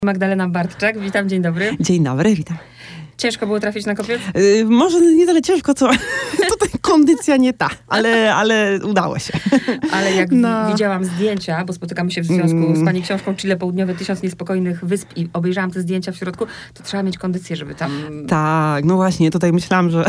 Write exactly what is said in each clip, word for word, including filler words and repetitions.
Magdalena Bartczak, witam, dzień dobry. Dzień dobry, witam. Ciężko było trafić na kopiec? Yy, może nie tyle ciężko, co tutaj kondycja nie ta, ale, ale udało się. Ale jak no. widziałam zdjęcia, bo spotykamy się w związku mm. z pani książką Chile Południowe, Tysiąc Niespokojnych Wysp i obejrzałam te zdjęcia w środku, to trzeba mieć kondycję, żeby tam... Tak, no właśnie, tutaj myślałam, że...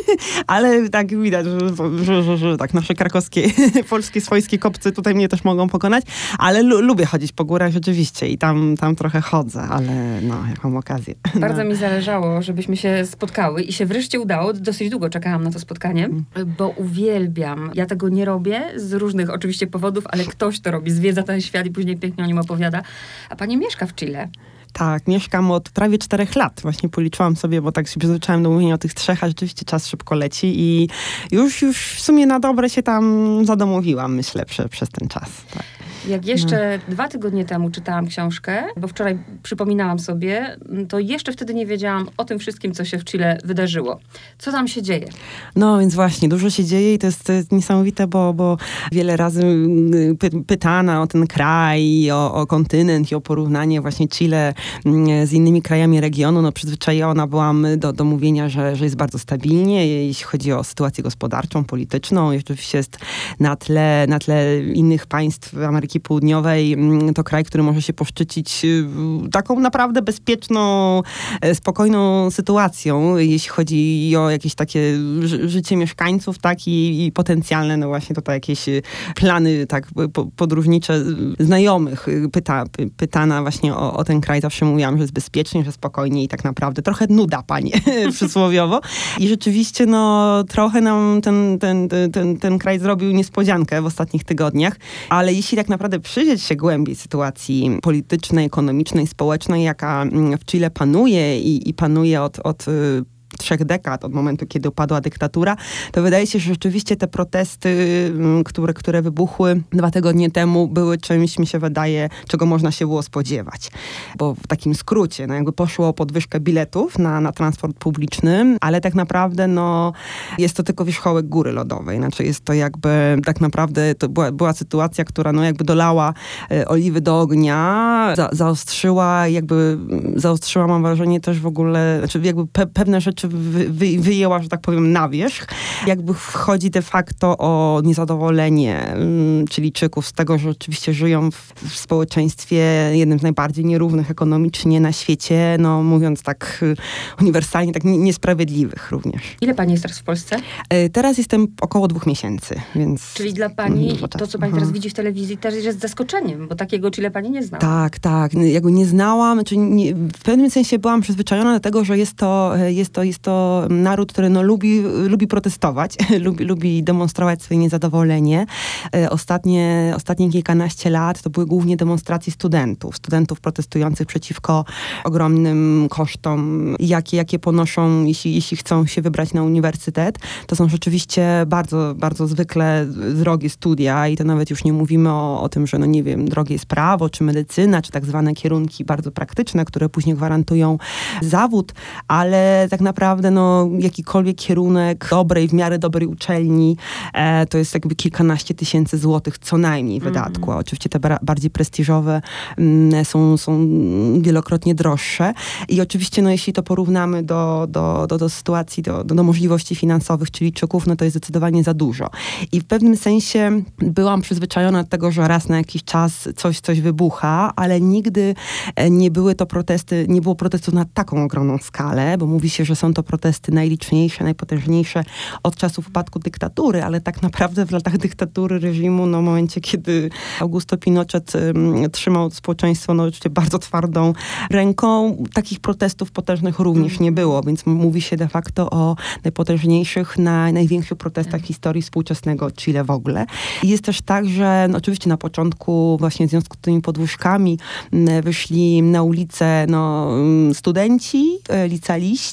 ale tak widać, że, że, że, że tak nasze krakowskie, polskie, swojskie kopcy tutaj mnie też mogą pokonać, ale lu- lubię chodzić po górach rzeczywiście i tam, tam trochę chodzę, ale no, jak mam okazję. Bardzo no. mi zależało, żebyśmy się spotkały i się wreszcie udało. Dosyć długo czekałam na to spotkanie, mm. bo uwielbiam. Ja tego nie robię z różnych oczywiście powodów, ale ktoś to robi, zwiedza ten świat i później pięknie o nim opowiada. A pani mieszka w Chile. Tak, mieszkam od prawie czterech lat. Właśnie policzyłam sobie, bo tak się przyzwyczaiłam do mówienia o tych trzech, a rzeczywiście czas szybko leci i już, już w sumie na dobre się tam zadomowiłam, myślę, prze, przez ten czas. Tak. Jak jeszcze no. dwa tygodnie temu czytałam książkę, bo wczoraj przypominałam sobie, to jeszcze wtedy nie wiedziałam o tym wszystkim, co się w Chile wydarzyło. Co tam się dzieje? No więc właśnie, dużo się dzieje i to jest, to jest niesamowite, bo, bo wiele razy py- pytana o ten kraj, o, o kontynent i o porównanie właśnie Chile z innymi krajami regionu. No przyzwyczajona byłam do, do mówienia, że, że jest bardzo stabilnie, jeśli chodzi o sytuację gospodarczą, polityczną. I oczywiście jest na tle, na tle innych państw Ameryki Południowej, to kraj, który może się poszczycić taką naprawdę bezpieczną, spokojną sytuacją, jeśli chodzi o jakieś takie ży- życie mieszkańców, tak, i, i potencjalne, no właśnie tutaj jakieś plany, tak, po, podróżnicze znajomych. Pyta, py, pytana właśnie o, o ten kraj, zawsze mówiłam, że jest bezpiecznie, że spokojnie i tak naprawdę trochę nuda, panie, przysłowiowo. I rzeczywiście, no, trochę nam ten, ten, ten, ten, ten kraj zrobił niespodziankę w ostatnich tygodniach, ale jeśli tak naprawdę przyjrzeć się głębiej sytuacji politycznej, ekonomicznej, społecznej, jaka w Chile panuje i, i panuje od, od trzech dekad, od momentu, kiedy upadła dyktatura, to wydaje się, że rzeczywiście te protesty, które, które wybuchły dwa tygodnie temu, były czymś, mi się wydaje, czego można się było spodziewać. Bo w takim skrócie, no jakby poszło o podwyżkę biletów na, na transport publiczny, ale tak naprawdę, no, jest to tylko wierzchołek góry lodowej. Znaczy jest to jakby, tak naprawdę, to była, była sytuacja, która, no, jakby dolała e, oliwy do ognia, za, zaostrzyła, jakby zaostrzyła, mam wrażenie, też w ogóle, znaczy jakby pe, pewne rzeczy Wy, wy, wyjęła, że tak powiem, na wierzch. Jakby wchodzi de facto o niezadowolenie Chilijczyków z tego, że oczywiście żyją w, w społeczeństwie jednym z najbardziej nierównych ekonomicznie na świecie, no mówiąc tak uniwersalnie, tak niesprawiedliwych również. Ile pani jest teraz w Polsce? Teraz jestem około dwóch miesięcy, więc... Czyli dla pani to, co pani teraz widzi w telewizji, też jest zaskoczeniem, bo takiego Chile pani nie znała. Tak, tak. Ja go nie znałam, czyli nie, w pewnym sensie byłam przyzwyczajona do tego, że jest to, jest to Jest to naród, który no, lubi, lubi protestować, lubi, lubi demonstrować swoje niezadowolenie. Ostatnie, ostatnie kilkanaście lat to były głównie demonstracje studentów. Studentów protestujących przeciwko ogromnym kosztom, jakie, jakie ponoszą, jeśli, jeśli chcą się wybrać na uniwersytet. To są rzeczywiście bardzo, bardzo zwykle drogie studia i to nawet już nie mówimy o, o tym, że no nie wiem, drogie jest prawo, czy medycyna, czy tak zwane kierunki bardzo praktyczne, które później gwarantują zawód, ale tak naprawdę Naprawdę, no, jakikolwiek kierunek dobrej, w miarę dobrej uczelni, e, to jest jakby kilkanaście tysięcy złotych co najmniej wydatku. Mm. Oczywiście te bra- bardziej prestiżowe mm, są, są wielokrotnie droższe. I oczywiście, no, jeśli to porównamy do, do, do, do sytuacji, do, do, do możliwości finansowych Chilijczyków, no to jest zdecydowanie za dużo. I w pewnym sensie byłam przyzwyczajona do tego, że raz na jakiś czas coś, coś wybucha, ale nigdy nie były to protesty, nie było protestów na taką ogromną skalę, bo mówi się, że są to protesty najliczniejsze, najpotężniejsze od czasów upadku dyktatury, ale tak naprawdę w latach dyktatury reżimu, no w momencie, kiedy Augusto Pinochet um, trzymał społeczeństwo, no oczywiście bardzo twardą ręką, takich protestów potężnych również nie było, więc mówi się de facto o najpotężniejszych, na, największych protestach w historii współczesnego Chile w ogóle. I jest też tak, że no, oczywiście na początku właśnie w związku z tymi podwyżkami wyszli na ulicę no, studenci, licealiści,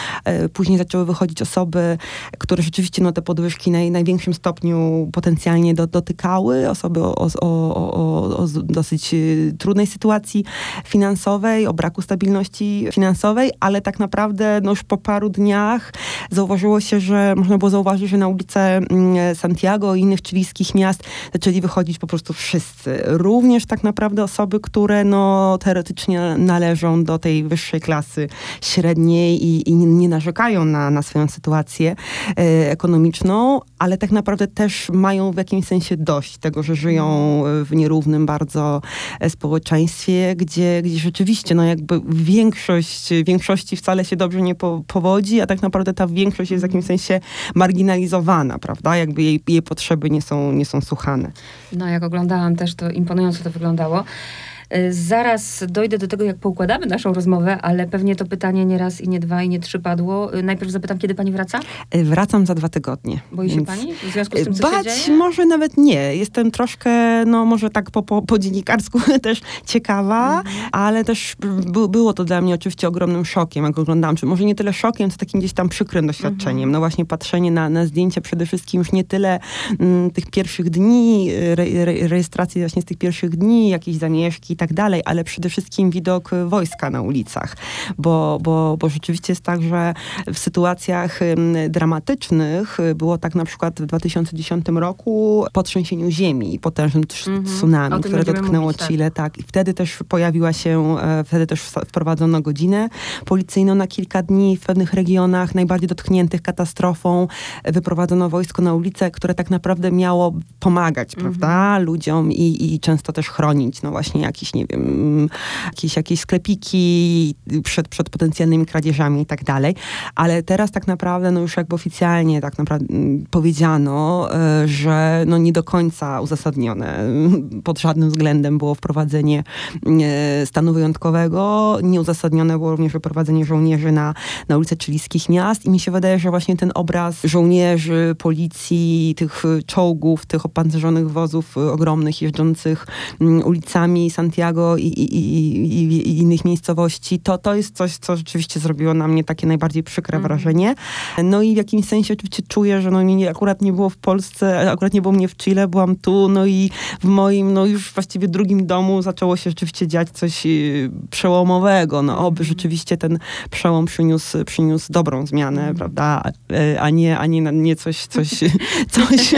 Później zaczęły wychodzić osoby, które rzeczywiście no, te podwyżki naj, największym stopniu potencjalnie do, dotykały. Osoby o, o, o, o dosyć trudnej sytuacji finansowej, o braku stabilności finansowej, ale tak naprawdę no, już po paru dniach zauważyło się, że można było zauważyć, że na ulice Santiago i innych chilijskich miast zaczęli wychodzić po prostu wszyscy. Również tak naprawdę osoby, które no, teoretycznie należą do tej wyższej klasy średniej i, i nie narzekają na, na swoją sytuację e, ekonomiczną, ale tak naprawdę też mają w jakimś sensie dość tego, że żyją w nierównym bardzo społeczeństwie, gdzie, gdzie rzeczywiście no, jakby większość, większości wcale się dobrze nie po, powodzi, a tak naprawdę ta większość jest w jakimś sensie marginalizowana, prawda? Jakby jej, jej potrzeby nie są, nie są słuchane. No, jak oglądałam też, to imponująco to wyglądało. Zaraz dojdę do tego, jak poukładamy naszą rozmowę, ale pewnie to pytanie nie raz i nie dwa i nie trzy padło. Najpierw zapytam, kiedy pani wraca? Wracam za dwa tygodnie. Boi się pani w związku z tym, co bać się dzieje? Może nawet nie. Jestem troszkę, no może tak po, po, po dziennikarsku też ciekawa, mhm. ale też by, było to dla mnie oczywiście ogromnym szokiem, jak oglądałam. Czy może nie tyle szokiem, co takim gdzieś tam przykrym doświadczeniem. Mhm. No właśnie patrzenie na, na zdjęcia przede wszystkim już nie tyle m, tych pierwszych dni, re, re, rejestracji właśnie z tych pierwszych dni, jakieś zamieszki i tak dalej, ale przede wszystkim widok wojska na ulicach, bo, bo, bo rzeczywiście jest tak, że w sytuacjach dramatycznych było tak na przykład w dwa tysiące dziesiątym roku po trzęsieniu ziemi, potężnym mm-hmm. tsunami, które dotknęło mówić, Chile, tak. tak. I wtedy też pojawiła się, wtedy też wprowadzono godzinę policyjną na kilka dni w pewnych regionach najbardziej dotkniętych katastrofą. Wyprowadzono wojsko na ulicę, które tak naprawdę miało pomagać, mm-hmm. prawda, ludziom i, i często też chronić, no właśnie jakiś, nie wiem, jakieś, jakieś sklepiki przed, przed potencjalnymi kradzieżami i tak dalej. Ale teraz tak naprawdę, no już jakby oficjalnie tak naprawdę powiedziano, że no nie do końca uzasadnione pod żadnym względem było wprowadzenie stanu wyjątkowego. Nieuzasadnione było również wyprowadzenie żołnierzy na, na ulice chilijskich miast i mi się wydaje, że właśnie ten obraz żołnierzy, policji, tych czołgów, tych opancerzonych wozów ogromnych jeżdżących ulicami Santiago i, i, i, i innych miejscowości, to, to jest coś, co rzeczywiście zrobiło na mnie takie najbardziej przykre mm. wrażenie. No i w jakimś sensie oczywiście czuję, że no mnie akurat nie było w Polsce, akurat nie było mnie w Chile, byłam tu, no i w moim, no już właściwie drugim domu zaczęło się rzeczywiście dziać coś przełomowego. No oby rzeczywiście ten przełom przyniósł, przyniósł dobrą zmianę, mm. prawda, a nie, a nie, nie coś, coś, coś,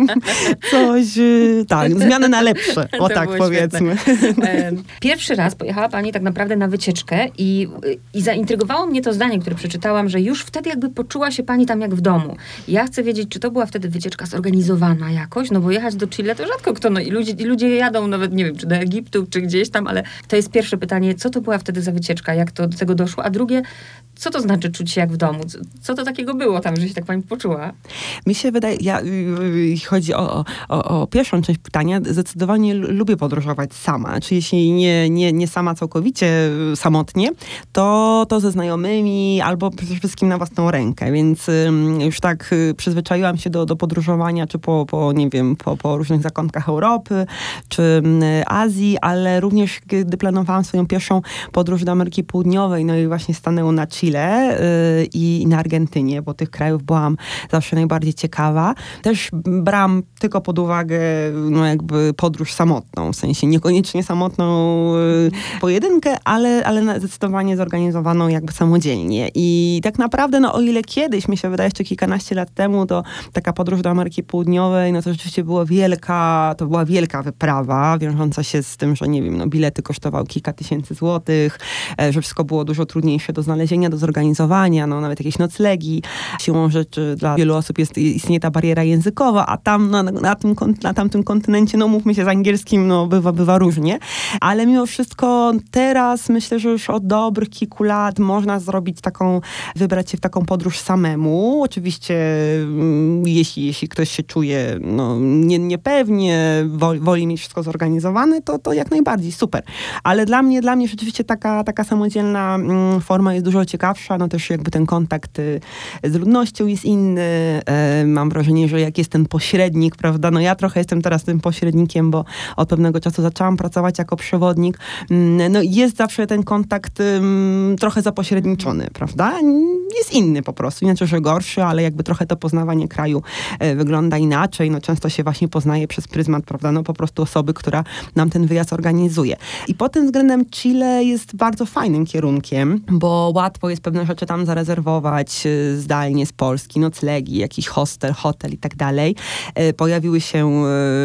coś, tak, zmianę na lepsze, o to tak powiedzmy. Pierwszy raz pojechała pani tak naprawdę na wycieczkę i, i zaintrygowało mnie to zdanie, które przeczytałam, że już wtedy jakby poczuła się pani tam jak w domu. Ja chcę wiedzieć, czy to była wtedy wycieczka zorganizowana jakoś, no bo jechać do Chile to rzadko kto, no i ludzie, i ludzie jadą nawet, nie wiem, czy do Egiptu, czy gdzieś tam, ale to jest pierwsze pytanie, co to była wtedy za wycieczka, jak to do tego doszło, a drugie, co to znaczy czuć się jak w domu? Co to takiego było tam, że się tak pani poczuła? Mi się wydaje, ja, jeśli chodzi o, o, o pierwszą część pytania, zdecydowanie lubię podróżować sama. Czy jeśli nie, nie, nie sama całkowicie samotnie, to, to ze znajomymi albo przede wszystkim na własną rękę. Więc um, już tak y, przyzwyczaiłam się do, do podróżowania, czy po, po nie wiem, po, po różnych zakątkach Europy, czy y, Azji, ale również gdy planowałam swoją pierwszą podróż do Ameryki Południowej, no i właśnie stanęło na Chile y, i na Argentynie, bo tych krajów byłam zawsze najbardziej ciekawa. Też brałam tylko pod uwagę no jakby podróż samotną, w sensie niekoniecznie samotną y, pojedynkę, ale, ale zdecydowanie zorganizowaną jakby samodzielnie. I tak naprawdę, no o ile kiedyś, mi się wydaje, jeszcze kilkanaście lat temu, to taka podróż do Ameryki Południowej, no to rzeczywiście była wielka, to była wielka wyprawa, wiążąca się z tym, że nie wiem, no bilety kosztowały kilka tysięcy złotych, że wszystko było dużo trudniejsze do znalezienia, do zorganizowania, no nawet jakieś noclegi. Siłą rzeczy dla wielu osób jest, istnieje ta bariera językowa, a tam na, na, tym, na tamtym kontynencie, no mówmy się, z angielskim, no bywa, bywa różnie. Ale mimo wszystko teraz myślę, że już od dobrych kilku lat można zrobić taką, wybrać się w taką podróż samemu. Oczywiście jeśli, jeśli ktoś się czuje no, nie, niepewnie, woli, woli mieć wszystko zorganizowane, to, to jak najbardziej super. Ale dla mnie, dla mnie rzeczywiście taka, taka samodzielna mm, forma jest dużo ciekawsza. No też jakby ten kontakt y, z ludnością jest inny. E, mam wrażenie, że jak jest ten pośrednik, prawda, no ja trochę jestem teraz tym pośrednikiem, bo od pewnego czasu zaczęłam pracować jako przewodnik. No jest zawsze ten kontakt um, trochę zapośredniczony, prawda? jest inny po prostu. Nie znaczy, że gorszy, ale jakby trochę to poznawanie kraju e, wygląda inaczej. No często się właśnie poznaje przez pryzmat, prawda, no po prostu osoby, która nam ten wyjazd organizuje. I pod tym względem Chile jest bardzo fajnym kierunkiem, bo łatwo jest pewne rzeczy tam zarezerwować e, zdalnie z Polski, noclegi, jakiś hostel, hotel i tak dalej. E, pojawiły się e,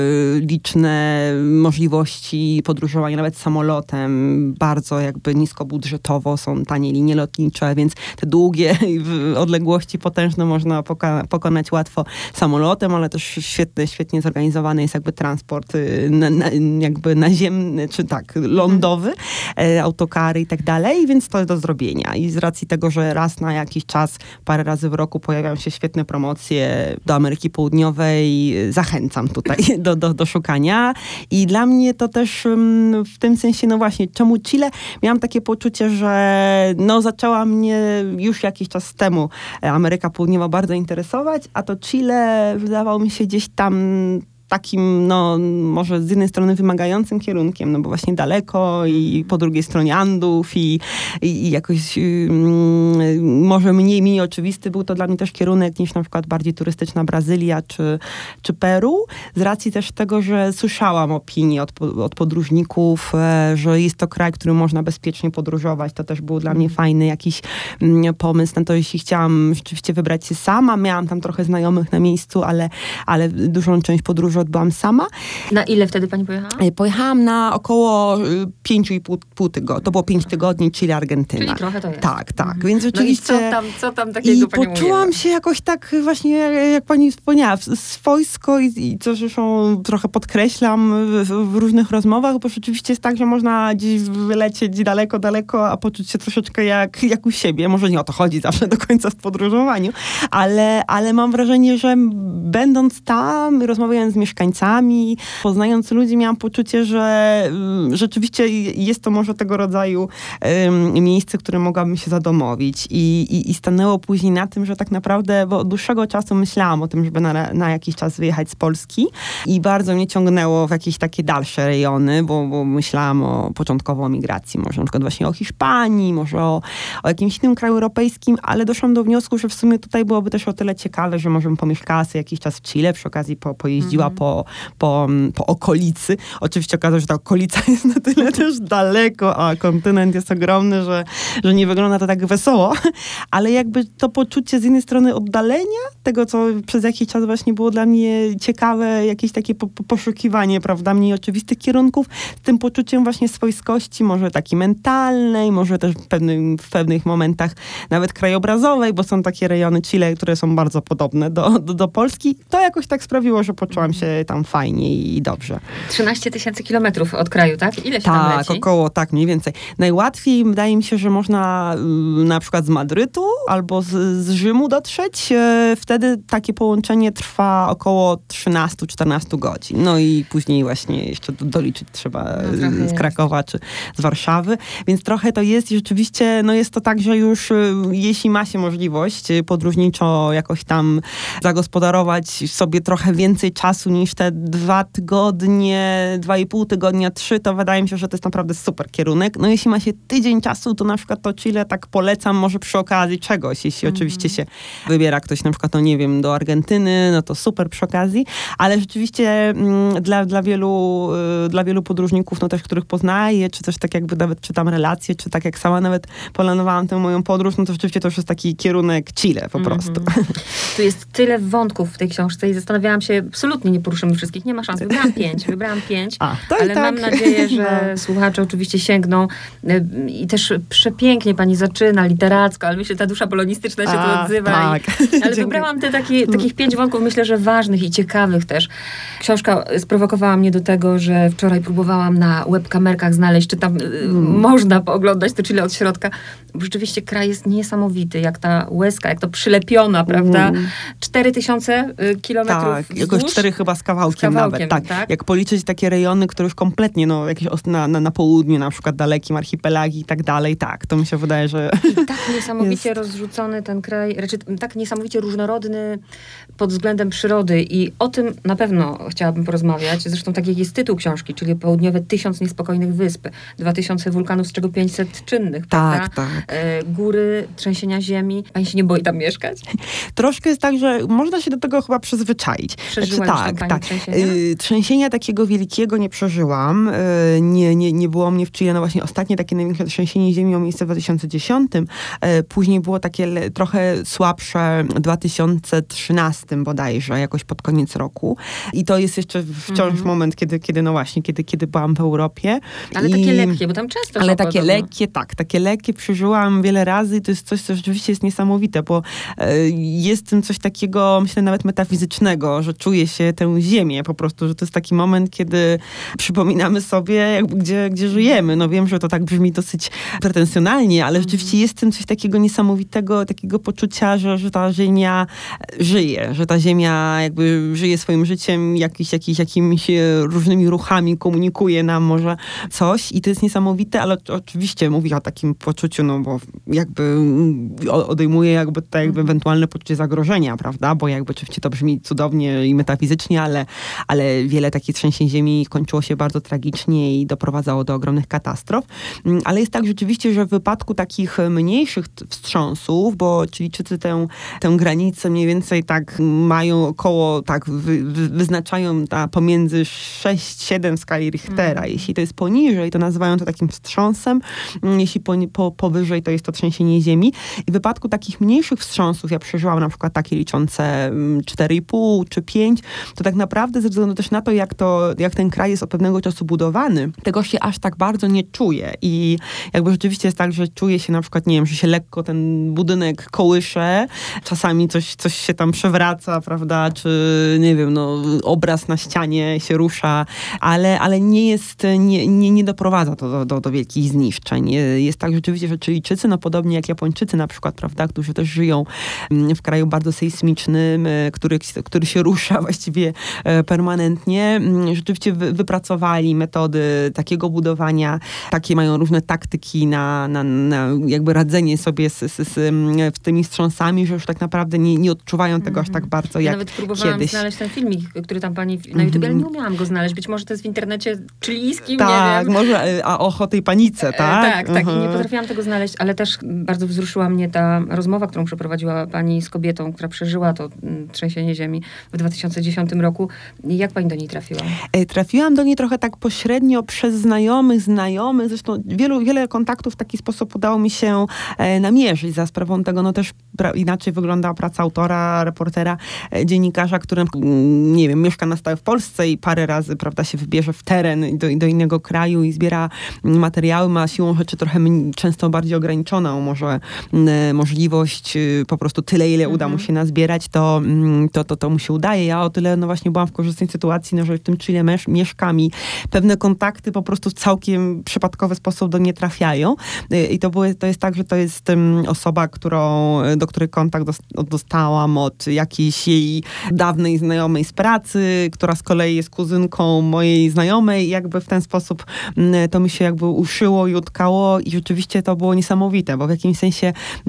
liczne możliwości podróżowania nawet samolotem, bardzo jakby niskobudżetowo, są tanie linie lotnicze, więc te długie odległości potężne można poka- pokonać łatwo samolotem, ale też świetny, świetnie zorganizowany jest jakby transport na, na, jakby naziemny, czy tak, lądowy, e, autokary i tak dalej, więc to jest do zrobienia. I z racji tego, że raz na jakiś czas, parę razy w roku pojawiają się świetne promocje do Ameryki Południowej, zachęcam tutaj do, do, do szukania. I dla mnie to też um, w tym sensie, no właśnie, czemu Chile? Miałam takie poczucie, że no zaczęła mnie już jakiś czas temu Ameryka Południowa bardzo interesować, a to Chile wydawało mi się gdzieś tam takim, no może z jednej strony wymagającym kierunkiem, no bo właśnie daleko i po drugiej stronie Andów i, i, i jakoś um, może mniej, mniej oczywisty był to dla mnie też kierunek niż na przykład bardziej turystyczna Brazylia czy, czy Peru, z racji też tego, że słyszałam opinie od, od podróżników, e, że jest to kraj, który można bezpiecznie podróżować. To też był dla mnie fajny jakiś mm, pomysł na to, jeśli chciałam rzeczywiście wybrać się sama. Miałam tam trochę znajomych na miejscu, ale, ale dużą część podróży odbyłam sama. Na ile wtedy pani pojechała? Pojechałam na około pięciu i pół tygodnia. To było pięć tygodni, Chile, Argentyna. Czyli trochę to jest. Tak, tak. Mhm. Więc rzeczywiście... No i co tam, co tam takiego I pani poczułam mówiła? się jakoś tak właśnie, jak pani wspomniała, swojsko i, i co zresztą trochę podkreślam w, w różnych rozmowach, bo rzeczywiście jest tak, że można gdzieś wylecieć daleko, daleko, a poczuć się troszeczkę jak, jak u siebie. Może nie o to chodzi zawsze do końca w podróżowaniu, ale, ale mam wrażenie, że będąc tam, rozmawiając z mieszkańcami, poznając ludzi, miałam poczucie, że um, rzeczywiście jest to może tego rodzaju um, miejsce, w którym mogłabym się zadomowić. I, i, I stanęło później na tym, że tak naprawdę, bo od dłuższego czasu myślałam o tym, żeby na, na jakiś czas wyjechać z Polski i bardzo mnie ciągnęło w jakieś takie dalsze rejony, bo, bo myślałam o, początkowo o migracji, może na przykład właśnie o Hiszpanii, może o, o jakimś innym kraju europejskim, ale doszłam do wniosku, że w sumie tutaj byłoby też o tyle ciekawe, że może bym pomieszkała sobie jakiś czas w Chile, przy okazji po, pojeździła mm. po, po, po okolicy. Oczywiście okazało się, że ta okolica jest na tyle też daleko, a kontynent jest ogromny, że, że nie wygląda to tak wesoło, ale jakby to poczucie z jednej strony oddalenia, tego co przez jakiś czas właśnie było dla mnie ciekawe, jakieś takie po, po, poszukiwanie, prawda, mniej oczywistych kierunków, z tym poczuciem właśnie swojskości, może takiej mentalnej, może też w, pewnym, w pewnych momentach nawet krajobrazowej, bo są takie rejony Chile, które są bardzo podobne do, do, do Polski. To jakoś tak sprawiło, że poczułam się tam fajnie i dobrze. trzynaście tysięcy kilometrów od kraju, tak? Ile się tak, tam leci? Tak, około, tak, mniej więcej. Najłatwiej wydaje mi się, że można na przykład z Madrytu albo z, z Rzymu dotrzeć. Wtedy takie połączenie trwa około trzynaście czternaście godzin. No i później właśnie jeszcze doliczyć trzeba no, z Krakowa czy z Warszawy. Więc trochę to jest i rzeczywiście no jest to tak, że już jeśli ma się możliwość podróżniczo jakoś tam zagospodarować sobie trochę więcej czasu niż te dwa tygodnie, dwa i pół tygodnia, trzy, to wydaje mi się, że to jest naprawdę super kierunek. No jeśli ma się tydzień czasu, to na przykład to Chile tak polecam może przy okazji czegoś. Jeśli mm. oczywiście się wybiera ktoś na przykład, no nie wiem, do Argentyny, no to super przy okazji. Ale rzeczywiście mm, dla, dla, wielu, y, dla wielu podróżników, no też, których poznaję, czy też tak jakby nawet czytam relacje, czy tak jak sama nawet planowałam tę moją podróż, no to rzeczywiście to już jest taki kierunek Chile po mm-hmm. prostu. Tu jest tyle wątków w tej książce i zastanawiałam się, absolutnie nie poruszymy wszystkich, nie ma szans. Wybrałam pięć, wybrałam pięć, A, to ale tak. mam nadzieję, że no. słuchacze oczywiście sięgną i też przepięknie pani zaczyna, literacko, ale myślę, że ta dusza polonistyczna się A, tu odzywa. Tak. I, ale wybrałam te takie, takich pięć wątków, myślę, że ważnych i ciekawych też. Książka sprowokowała mnie do tego, że wczoraj próbowałam na webkamerkach znaleźć, czy tam hmm. można pooglądać to Chile od środka. Bo rzeczywiście kraj jest niesamowity, jak ta łezka, jak to przylepiona, prawda? Hmm. Cztery tysiące kilometrów Tak, jakoś cztery chyba chyba z kawałkiem, z kawałkiem nawet. Tak. tak. Jak policzyć takie rejony, które już kompletnie, no jakieś na, na, na południu, na przykład dalekim archipelagi i tak dalej, tak. To mi się wydaje, że... I tak niesamowicie jest... rozrzucony ten kraj, znaczy tak niesamowicie różnorodny pod względem przyrody i o tym na pewno chciałabym porozmawiać. Zresztą tak jak jest tytuł książki, czyli Południowe Tysiąc Niespokojnych Wysp. Dwa tysiące wulkanów, z czego pięćset czynnych, tak, prawda? Tak. E, góry, trzęsienia ziemi. Pani się nie boi tam mieszkać? Troszkę jest tak, że można się do tego chyba przyzwyczaić. Przeżyła znaczy, już tak, tak. Trzęsienia? Y, trzęsienia takiego wielkiego nie przeżyłam. Y, nie, nie, nie było mnie w Chile. No właśnie ostatnie takie największe trzęsienie ziemi miało miejsce w dwa tysiące dziesiątym. Y, później było takie le, trochę słabsze w dwa tysiące trzynastym bodajże, jakoś pod koniec roku. I to jest jeszcze wciąż mm-hmm. moment, kiedy, kiedy no właśnie, kiedy, kiedy byłam w Europie. Ale I, takie lekkie, bo tam często Ale są takie podobno. lekkie, tak. Takie lekkie przeżyłam wiele razy i to jest coś, co rzeczywiście jest niesamowite, bo y, jest w tym coś takiego, myślę, nawet metafizycznego, że czuje się tę ziemię po prostu, że to jest taki moment, kiedy przypominamy sobie, jakby, gdzie, gdzie żyjemy. No wiem, że to tak brzmi dosyć pretensjonalnie, ale rzeczywiście jest w tym coś takiego niesamowitego, takiego poczucia, że, że ta ziemia żyje, że ta ziemia jakby żyje swoim życiem, jakiś, jakiś, jakimiś różnymi ruchami komunikuje nam może coś i to jest niesamowite, ale oczywiście mówię o takim poczuciu, no bo jakby odejmuje jakby to jakby ewentualne poczucie zagrożenia, prawda? Bo jakby oczywiście to brzmi cudownie i metafizycznie, ale, ale wiele takich trzęsień ziemi kończyło się bardzo tragicznie i doprowadzało do ogromnych katastrof. Ale jest tak rzeczywiście, że w wypadku takich mniejszych wstrząsów, bo Chilijczycy tę, tę granicę mniej więcej tak mają około, tak wy, wy, wyznaczają ta pomiędzy sześć siedem w skali Richtera. Mm. Jeśli to jest poniżej, to nazywają to takim wstrząsem. Jeśli po, po, powyżej, to jest to trzęsienie ziemi. I w wypadku takich mniejszych wstrząsów, ja przeżyłam na przykład takie liczące cztery i pół czy pięć, to tak naprawdę ze względu też na to, jak, to, jak ten kraj jest od pewnego czasu budowany, tego się aż tak bardzo nie czuje. I jakby rzeczywiście jest tak, że czuje się na przykład, nie wiem, że się lekko ten budynek kołysze, czasami coś, coś się tam przewraca, prawda, czy nie wiem, no obraz na ścianie się rusza, ale, ale nie jest, nie, nie, nie doprowadza to do, do, do wielkich zniszczeń. Jest tak rzeczywiście, że Chilijczycy, no podobnie jak Japończycy na przykład, prawda, którzy też żyją w kraju bardzo sejsmicznym, który, który się rusza właściwie permanentnie. Rzeczywiście wy, wypracowali metody takiego budowania, takie mają różne taktyki na, na, na jakby radzenie sobie z, z, z, z tymi wstrząsami, że już tak naprawdę nie, nie odczuwają tego mm-hmm. aż tak bardzo ja jak nawet próbowałam kiedyś. znaleźć ten filmik, który tam pani na YouTube, mm-hmm. ale nie umiałam go znaleźć. Być może to jest w internecie chilijskim, tak, nie wiem. może, a och o tej panice, tak? E, tak, tak. I nie potrafiłam tego znaleźć, ale też bardzo wzruszyła mnie ta rozmowa, którą przeprowadziła pani z kobietą, która przeżyła to m, trzęsienie ziemi w dwa tysiące dziesiątym roku. Jak pani do niej trafiła? E, trafiłam do niej trochę tak pośrednio przez znajomych, znajomych. Zresztą wielu, wiele kontaktów w taki sposób udało mi się e, namierzyć. Za sprawą tego, no też pra, inaczej wygląda praca autora, reportera, e, dziennikarza, który, m, nie wiem, mieszka na stałe w Polsce i parę razy, prawda, się wybierze w teren do, do innego kraju i zbiera materiały, ma siłą rzeczy trochę m, często bardziej ograniczoną może m, możliwość y, po prostu tyle, ile uda mu się nazbierać, to, to, to, to mu się udaje. Ja o tyle, no właśnie byłam w korzystnej sytuacji, no, że w tym Chile mesz, mieszkam i pewne kontakty po prostu w całkiem przypadkowy sposób do mnie trafiają. Y, I to, były, to jest tak, że to jest um, osoba, którą, do której kontakt dos, dostałam od jakiejś jej dawnej znajomej z pracy, która z kolei jest kuzynką mojej znajomej i jakby w ten sposób y, to mi się jakby uszyło i utkało i rzeczywiście to było niesamowite, bo w jakimś sensie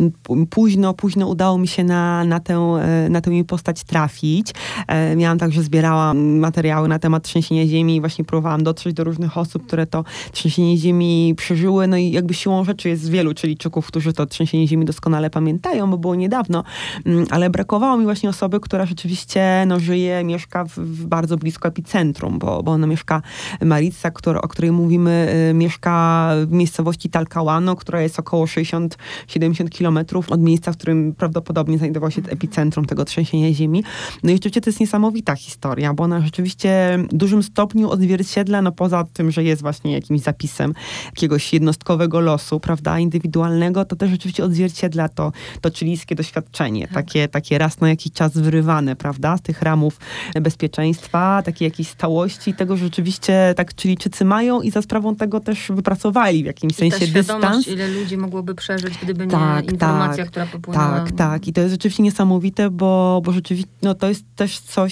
późno, późno udało mi się na, na, tę, na tę jej postać trafić. E, miałam tak, że zbierałam materiały na temat trzęsienia ziemi i właśnie próbowałam dotrzeć do różnych osób, które to trzęsienie ziemi przeżyły. No i jakby siłą rzeczy jest wielu Chilijczyków, którzy to trzęsienie ziemi doskonale pamiętają, bo było niedawno, ale brakowało mi właśnie osoby, która rzeczywiście no, żyje, mieszka w, w bardzo blisko epicentrum, bo, bo ona mieszka, Maritza, który, o której mówimy, y, mieszka w miejscowości Talcahuano, która jest około sześćdziesiąt siedemdziesiąt kilometrów od miejsca, w którym prawdopodobnie znajdowało się epicentrum tego trzęsienia ziemi. No i rzeczywiście to jest niesamowita historia, bo ona rzeczywiście w dużym stopniu odzwierciedla, no poza tym, że jest właśnie jakimś zapisem jakiegoś jednostkowego losu, prawda, indywidualnego, to też rzeczywiście odzwierciedla to, to chilijskie doświadczenie, takie, takie raz na jakiś czas wyrywane, prawda, z tych ramów bezpieczeństwa, takiej jakiejś stałości, tego rzeczywiście tak Chilijczycy mają i za sprawą tego też wypracowali w jakimś I sensie ta świadomość, dystans. ile ludzi mogłoby przeżyć, gdyby tak, nie informacja, tak, która popłynęła. Tak, tak. I to jest rzeczywiście niesamowite, bo, bo rzeczywiście no, to jest też coś, co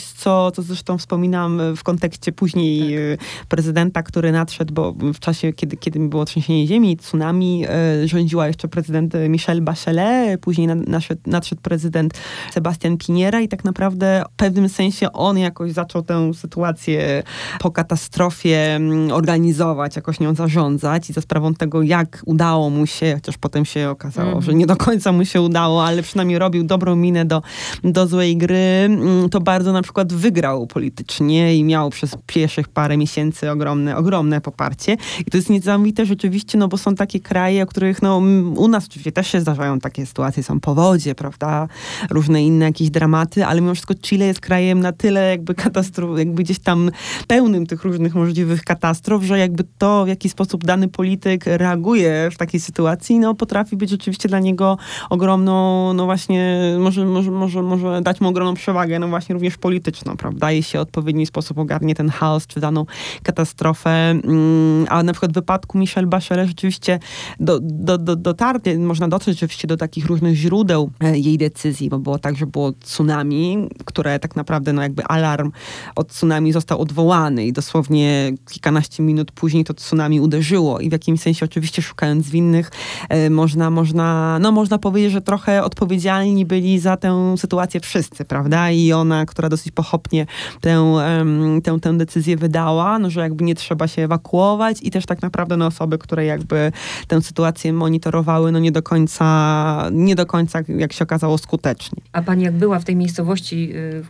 to, co zresztą wspominam w kontekście później tak. prezydenta, który nadszedł, bo w czasie, kiedy, kiedy było trzęsienie ziemi, tsunami, rządziła jeszcze prezydent Michelle Bachelet, później nadszedł, nadszedł prezydent Sebastian Piniera i tak naprawdę w pewnym sensie on jakoś zaczął tę sytuację po katastrofie organizować, jakoś nią zarządzać i za sprawą tego, jak udało mu się, chociaż potem się okazało, mm. że nie do końca mu się udało, ale przynajmniej robił dobrą minę do, do złej gry, to bardzo na przykład wygrał politycznie i miał przez pierwszych parę miesięcy ogromne, ogromne poparcie. I to jest niesamowite rzeczywiście, no bo są takie kraje, o których no u nas oczywiście też się zdarzają takie sytuacje, są powodzie, prawda, różne inne jakieś dramaty, ale mimo wszystko Chile jest krajem na tyle jakby katastrof, jakby gdzieś tam pełnym tych różnych możliwych katastrof, że jakby to, w jaki sposób dany polityk reaguje w takiej sytuacji, no potrafi być rzeczywiście dla niego ogromną, no właśnie, może, może, może, może dać mu ogromną przewagę, no właśnie również polityczną, prawda, jeśli się w odpowiedni sposób ogarnie ten chaos, czy daną katastrofę, a na przykład w wypadku Michelle Bachelet rzeczywiście do, do, do, dotarcie, można dotrzeć oczywiście do takich różnych źródeł jej decyzji, bo było tak, że było tsunami, które tak naprawdę, no jakby alarm od tsunami został odwołany i dosłownie kilkanaście minut później to tsunami uderzyło i w jakimś sensie oczywiście szukając winnych e, można, można, no można powiedzieć, że trochę odpowiedzialni byli za tę sytuację wszyscy, prawda? I ona, która dosyć pochopnie tę, em, tę, tę decyzję wydała, no że jakby nie trzeba się ewakuować i też tak naprawdę no osoby, które jakby tę sytuację monitorowały, no nie do końca, nie do końca, jak się okazało, skutecznie. A pani jak była w tej miejscowości,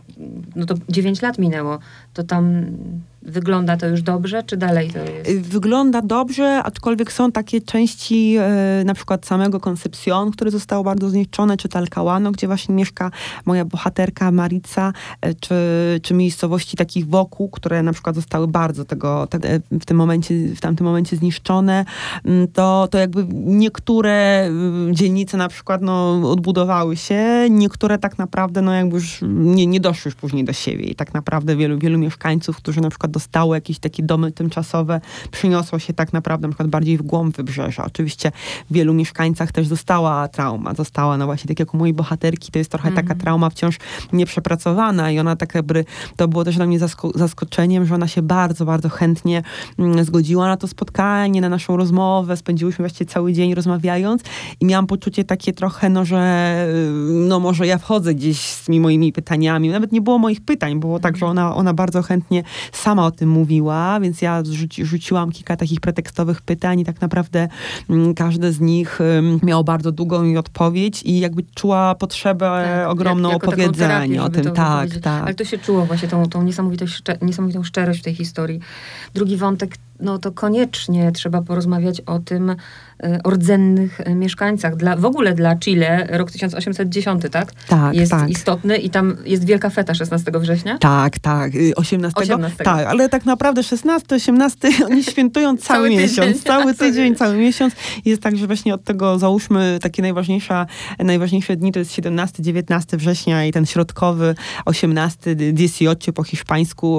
no to dziewięć lat minęło, to tam wygląda to już dobrze, czy dalej to jest? Wygląda dobrze, aczkolwiek są takie części e, na przykład samego Concepción, które zostało bardzo zniszczone, czy Talcahuano, gdzie właśnie mieszka moja bohaterka Maritza, e, czy, czy miejscowości takich wokół, które na przykład zostały bardzo tego te, w tym momencie, w tamtym momencie zniszczone, to, to jakby niektóre dzielnice na przykład no, odbudowały się, niektóre tak naprawdę no jakby już nie, nie doszły już później do siebie i tak naprawdę wielu, wielu mieszkańców, którzy na przykład dostało jakieś takie domy tymczasowe, przyniosło się tak naprawdę na przykład bardziej w głąb wybrzeża. Oczywiście w wielu mieszkańcach też została trauma. Została, no właśnie, tak jak u mojej bohaterki, to jest trochę mm. taka trauma wciąż nieprzepracowana i ona tak jakby, to było też dla mnie zasko- zaskoczeniem, że ona się bardzo, bardzo chętnie mm, zgodziła na to spotkanie, na naszą rozmowę. Spędziłyśmy właściwie cały dzień rozmawiając i miałam poczucie takie trochę, no że no może ja wchodzę gdzieś z tymi moimi pytaniami. Nawet nie było moich pytań, było tak, że ona, ona bardzo chętnie sama o tym mówiła, więc ja rzuci, rzuciłam kilka takich pretekstowych pytań i tak naprawdę m, każde z nich m, miało bardzo długą jej odpowiedź i jakby czuła potrzebę tak, ogromną jak, opowiedzenia o tym. Tak, tak. Ale to się czuło właśnie tą, tą niesamowitą, szcze- niesamowitą szczerość w tej historii. Drugi wątek, no to koniecznie trzeba porozmawiać o tym y, o rdzennych y, mieszkańcach. Dla, w ogóle dla Chile rok tysiąc osiemset dziesiąty, tak? Tak, jest tak. istotny i tam jest wielka feta szesnastego września? Tak, tak. osiemnastego? osiemnastego. Tak, ale tak naprawdę szesnasty, osiemnasty oni świętują cały, cały miesiąc. Tydzień, cały tydzień, cały miesiąc. Jest tak, że właśnie od tego załóżmy takie najważniejsza, najważniejsze dni to jest siedemnasty, dziewiętnasty września i ten środkowy osiemnasty, dieciocho po hiszpańsku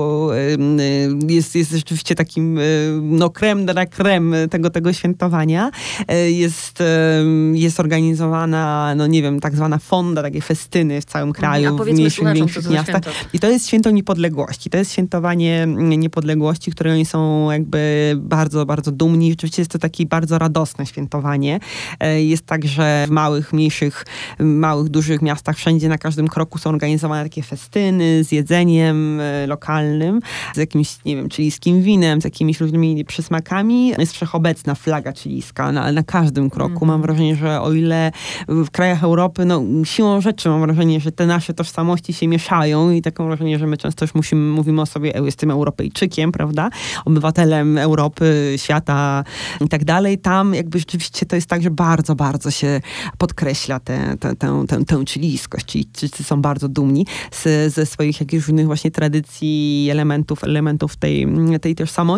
jest, jest rzeczywiście takim no creme de la creme tego, tego świętowania. Jest, jest organizowana, no nie wiem, tak zwana fonda, takie festyny w całym kraju, w mniejszych, większych miastach. I to jest święto niepodległości. To jest świętowanie niepodległości, które oni są jakby bardzo, bardzo dumni. Rzeczywiście jest to takie bardzo radosne świętowanie. Jest tak, że w małych, mniejszych, małych, dużych miastach wszędzie na każdym kroku są organizowane takie festyny z jedzeniem lokalnym, z jakimś, nie wiem, chilijskim winem, z jakimiś różnymi przysmakami. Jest wszechobecna flaga chilijska na, na każdym kroku. Mm. Mam wrażenie, że o ile w krajach Europy, no siłą rzeczy mam wrażenie, że te nasze tożsamości się mieszają i takie mam wrażenie, że my często już musimy, mówimy o sobie, jestem Europejczykiem, prawda? Obywatelem Europy, świata i tak dalej. Tam jakby rzeczywiście to jest tak, że bardzo, bardzo się podkreśla tę te, te, te, tę chilijskość. Chilijczycy są bardzo dumni z, ze swoich jakichś różnych właśnie tradycji, elementów, elementów tej, tej tożsamości. No i jakby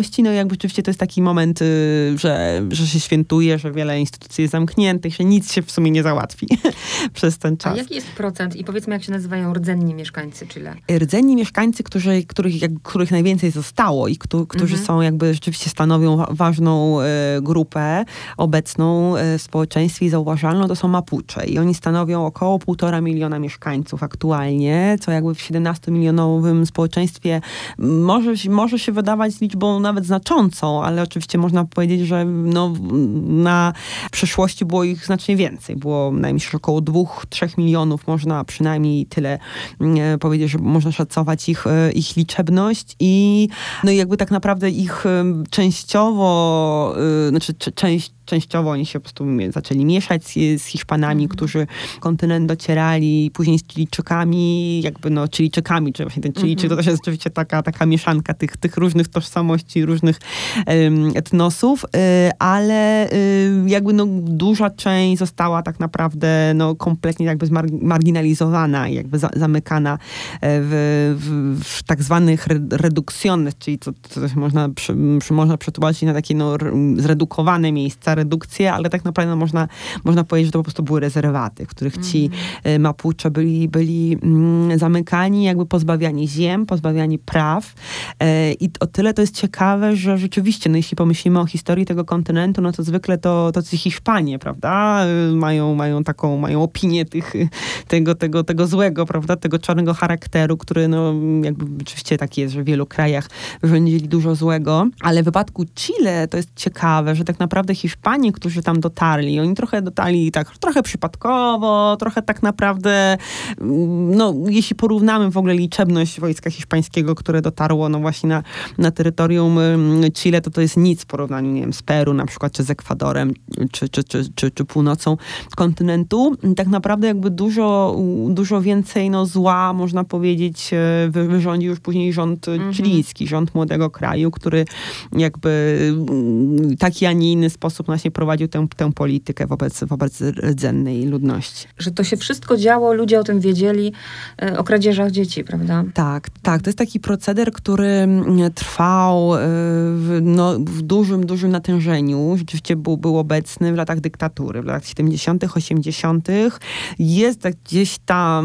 jakby rzeczywiście to jest taki moment, y, że, że się świętuje, że wiele instytucji jest zamkniętych, że nic się w sumie nie załatwi przez ten czas. A jaki jest procent i powiedzmy, jak się nazywają rdzenni mieszkańcy Chile? Rdzenni mieszkańcy, którzy, których, jak, których najwięcej zostało i którzy, którzy mhm. są jakby rzeczywiście stanowią wa- ważną y, grupę obecną y, w społeczeństwie i zauważalną, to są Mapuche. I oni stanowią około półtora miliona mieszkańców aktualnie, co jakby w siedemnastomilionowym społeczeństwie może, może się wydawać liczbą nawet znaczącą, ale oczywiście można powiedzieć, że no, na przeszłości było ich znacznie więcej. Było najmniej około dwóch, trzech milionów, można przynajmniej tyle e, powiedzieć, że można szacować ich, e, ich liczebność i no i jakby tak naprawdę ich e, częściowo, e, znaczy c- część Częściowo oni się po prostu zaczęli mieszać z, z Hiszpanami, mhm. którzy kontynent docierali, później z Chilijczykami, jakby no Chilijczykami, czy właśnie ten Chilijczyk, mhm. to też jest oczywiście taka, taka mieszanka tych, tych różnych tożsamości, różnych um, etnosów, y, ale y, jakby no duża część została tak naprawdę no kompletnie jakby zmar- marginalizowana i jakby za, zamykana w, w, w tak zwanych redukcjonych, czyli to, to też można, przy, przy, można przetłumaczyć na takie no zredukowane miejsca, redukcję, ale tak naprawdę no, można, można powiedzieć, że to po prostu były rezerwaty, w których ci mm. Mapuche byli, byli mm, zamykani, jakby pozbawiani ziem, pozbawiani praw. E, I o tyle to jest ciekawe, że rzeczywiście, no jeśli pomyślimy o historii tego kontynentu, no to zwykle to, to ci Hiszpanie, prawda, mają, mają taką, mają opinię tych, tego, tego, tego złego, prawda, tego czarnego charakteru, który no jakby rzeczywiście tak jest, że w wielu krajach wyrządzili dużo złego, ale w wypadku Chile to jest ciekawe, że tak naprawdę Hiszpanie, którzy tam dotarli, oni trochę dotarli tak, trochę przypadkowo, trochę tak naprawdę, no jeśli porównamy w ogóle liczebność wojska hiszpańskiego, które dotarło no właśnie na, na terytorium Chile, to to jest nic w porównaniu, nie wiem, z Peru na przykład, czy z Ekwadorem, czy, czy, czy, czy, czy północą kontynentu. Tak naprawdę jakby dużo, dużo więcej no zła, można powiedzieć, wy, wyrządził już później rząd mhm. chilijski, rząd młodego kraju, który jakby taki, a nie inny sposób właśnie prowadził tę, tę politykę wobec, wobec rdzennej ludności. Że to się wszystko działo, ludzie o tym wiedzieli, o kradzieżach dzieci, prawda? Tak, tak. To jest taki proceder, który trwał w, no, w dużym, dużym natężeniu. Rzeczywiście był, był obecny w latach dyktatury, w latach siedemdziesiątych, osiemdziesiątych. Jest tak gdzieś tam,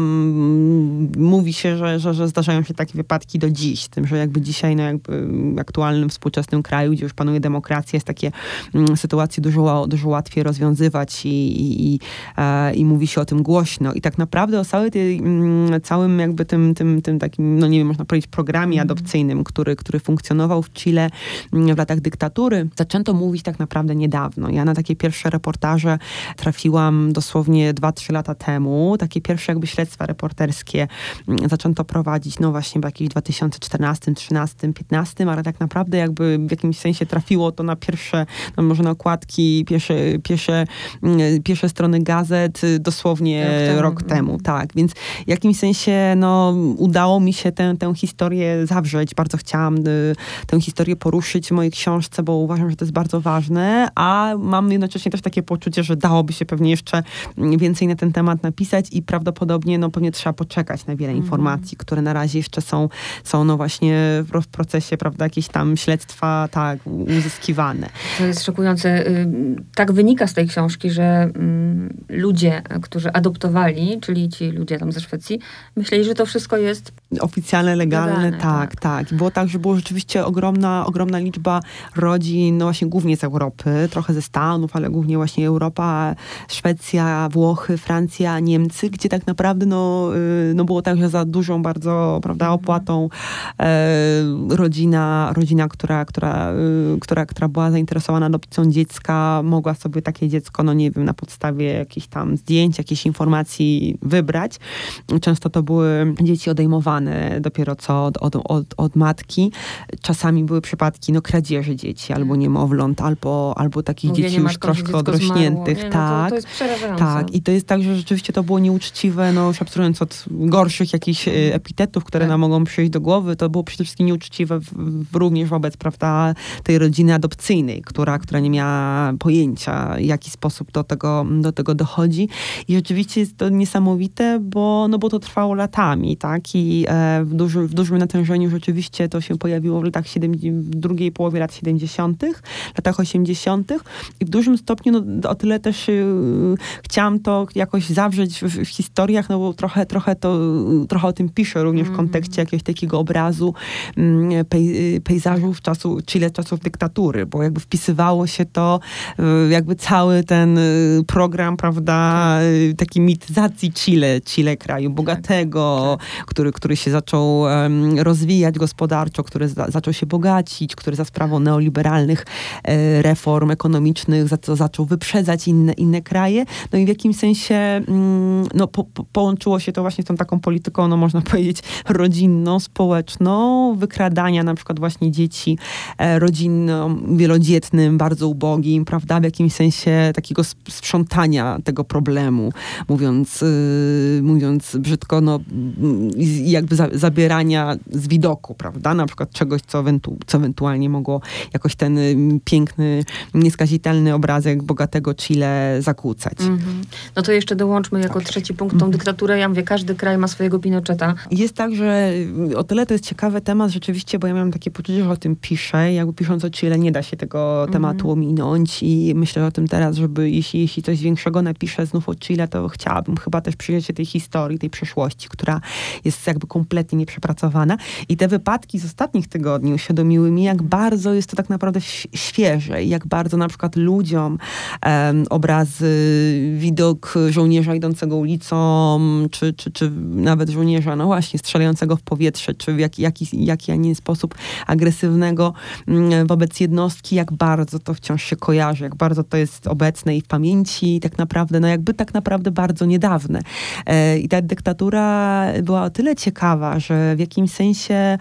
mówi się, że, że, że zdarzają się takie wypadki do dziś. Z tym, że jakby dzisiaj, no jakby w aktualnym, współczesnym kraju, gdzie już panuje demokracja, jest takie mm, sytuacje dużo, dużo łatwiej rozwiązywać i, i, i, e, i mówi się o tym głośno. I tak naprawdę o całej tej, mm, całym jakby tym, tym, tym takim, no nie wiem, można powiedzieć, programie adopcyjnym, który, który funkcjonował w Chile w latach dyktatury, zaczęto mówić tak naprawdę niedawno. Ja na takie pierwsze reportaże trafiłam dosłownie dwa trzy lata temu. Takie pierwsze jakby śledztwa reporterskie zaczęto prowadzić, no właśnie w jakimś dwa tysiące czternastym, trzynastym, piętnastym, ale tak naprawdę jakby w jakimś sensie trafiło to na pierwsze, no może na okładki, pierwsze, pierwsze, pierwsze strony gazet dosłownie rok temu. rok temu. Tak, więc w jakimś sensie no, udało mi się tę, tę historię zawrzeć. Bardzo chciałam y, tę historię poruszyć w mojej książce, bo uważam, że to jest bardzo ważne, a mam jednocześnie też takie poczucie, że dałoby się pewnie jeszcze więcej na ten temat napisać i prawdopodobnie no, pewnie trzeba poczekać na wiele mm. informacji, które na razie jeszcze są, są no właśnie w procesie, prawda, jakieś tam śledztwa tak uzyskiwane. To jest szokujące. Tak wynika z tej książki, że ludzie, którzy adoptowali, czyli ci ludzie tam ze Szwecji, myśleli, że to wszystko jest oficjalne, legalne, legalne tak, tak, tak. Było tak, że było rzeczywiście ogromna, ogromna liczba rodzin, no właśnie głównie z Europy, trochę ze Stanów, ale głównie właśnie Europa, Szwecja, Włochy, Francja, Niemcy, gdzie tak naprawdę no, no było tak, że za dużą bardzo, prawda, opłatą e, rodzina, rodzina, która, która, która, która była zainteresowana adopcją dziecka, mogła sobie takie dziecko, no nie wiem, na podstawie jakichś tam zdjęć, jakichś informacji wybrać. Często to były dzieci odejmowane dopiero co od, od, od, od matki. Czasami były przypadki no, kradzieży dzieci, albo niemowląt, albo, albo takich Mówienie dzieci już troszkę odrośniętych. Nie, tak, no to, to jest przerażające. Tak, i to jest tak, że rzeczywiście to było nieuczciwe, no już abstrahując od gorszych jakichś epitetów, które tak. nam mogą przyjść do głowy, to było przede wszystkim nieuczciwe w, w, również wobec, prawda, tej rodziny adopcyjnej, która, która nie miała ma pojęcia, w jaki sposób do tego, do tego dochodzi. I rzeczywiście jest to niesamowite, bo, no bo to trwało latami, tak? I e, w, duży, w dużym natężeniu rzeczywiście to się pojawiło w latach siedemdziesiątych, w drugiej połowie lat siedemdziesiątych, latach osiemdziesiątych. I w dużym stopniu, no, o tyle też y, chciałam to jakoś zawrzeć w, w historiach, no bo trochę, trochę, to, trochę o tym piszę również w kontekście jakiegoś takiego obrazu mm, pej, pejzażów czasu, Chile, czasów dyktatury, bo jakby wpisywało się to y, jakby cały ten y, program, prawda, y, takiej mityzacji Chile, Chile kraju bogatego, tak, tak. Który, który się zaczął um, rozwijać gospodarczo, który za, zaczął się bogacić, który za sprawą neoliberalnych e, reform ekonomicznych za, to zaczął wyprzedzać inne, inne kraje. No i w jakimś sensie mm, no, po, po, połączyło się to właśnie z tą taką polityką, no można powiedzieć, rodzinną, społeczną, wykradania na przykład właśnie dzieci e, rodzinnym, wielodzietnym, bardzo ubogim, prawda, w jakimś sensie takiego sprzątania tego problemu, mówiąc, yy, mówiąc brzydko, no jakby za, zabierania z widoku, prawda, na przykład czegoś, co, ewentu, co ewentualnie mogło jakoś ten y, piękny, nieskazitelny obrazek bogatego Chile zakłócać. Mm-hmm. No to jeszcze dołączmy jako trzeci punkt tą dyktaturę. Ja mówię, każdy kraj ma swojego Pinocheta. Jest tak, że o tyle to jest ciekawy temat rzeczywiście, bo ja miałam takie poczucie, że o tym piszę. Jakby pisząc o Chile nie da się tego mm-hmm. tematu ominąć i myślę o tym teraz, żeby jeśli, jeśli coś większego napiszę znów o Chile, to chciałabym chyba też przyjrzeć się tej historii, tej przeszłości, która jest jakby kompletnie nieprzepracowana. I te wypadki z ostatnich tygodni uświadomiły mi, jak bardzo jest to tak naprawdę świeże i jak bardzo na przykład ludziom um, obrazy, widok żołnierza idącego ulicą, czy, czy, czy nawet żołnierza, no właśnie, strzelającego w powietrze, czy w jak, jaki, jaki, a nie sposób agresywnego um, wobec jednostki, jak bardzo to wciąż się kojarzy, jak bardzo to jest obecne i w pamięci, i tak naprawdę, no jakby tak naprawdę bardzo niedawne. E, I ta dyktatura była o tyle ciekawa, że w jakimś sensie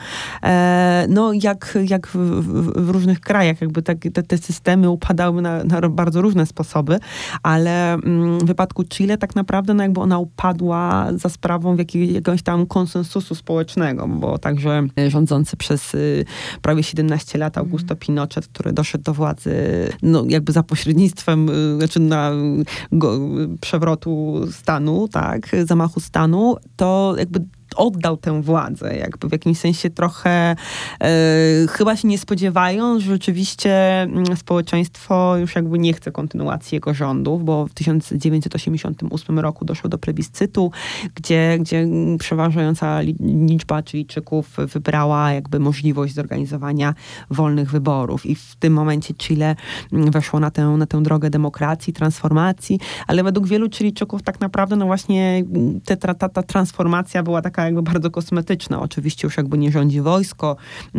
e, no jak, jak w, w, w różnych krajach jakby tak, te, te systemy upadały na, na bardzo różne sposoby, ale mm, w wypadku Chile tak naprawdę no jakby ona upadła za sprawą jakiegoś tam konsensusu społecznego, bo także rządzący przez y, prawie siedemnaście lat Augusto Pinochet, który doszedł do władzy no jakby za pośrednictwem y, znaczy na go, przewrotu stanu, tak, zamachu stanu, to jakby oddał tę władzę, jakby w jakimś sensie trochę e, chyba się nie spodziewają, że rzeczywiście m, społeczeństwo już jakby nie chce kontynuacji jego rządów, bo w tysiąc dziewięćset osiemdziesiątym ósmym roku doszło do plebiscytu, gdzie, gdzie przeważająca liczba Chilijczyków wybrała jakby możliwość zorganizowania wolnych wyborów i w tym momencie Chile weszło na tę, na tę drogę demokracji, transformacji, ale według wielu Chilijczyków tak naprawdę no właśnie te, ta, ta transformacja była taka jakby bardzo kosmetyczna. Oczywiście już jakby nie rządzi wojsko,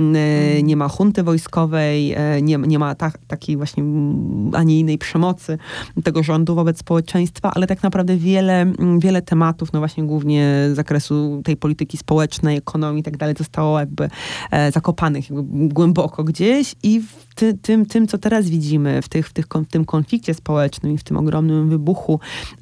nie ma hunty wojskowej, nie, nie ma ta, takiej właśnie ani innej przemocy tego rządu wobec społeczeństwa, ale tak naprawdę wiele, wiele tematów, no właśnie głównie z zakresu tej polityki społecznej, ekonomii i tak dalej, zostało jakby zakopanych jakby głęboko gdzieś i w ty, tym, tym, co teraz widzimy w, tych, w, tych, w tym konflikcie społecznym i w tym ogromnym wybuchu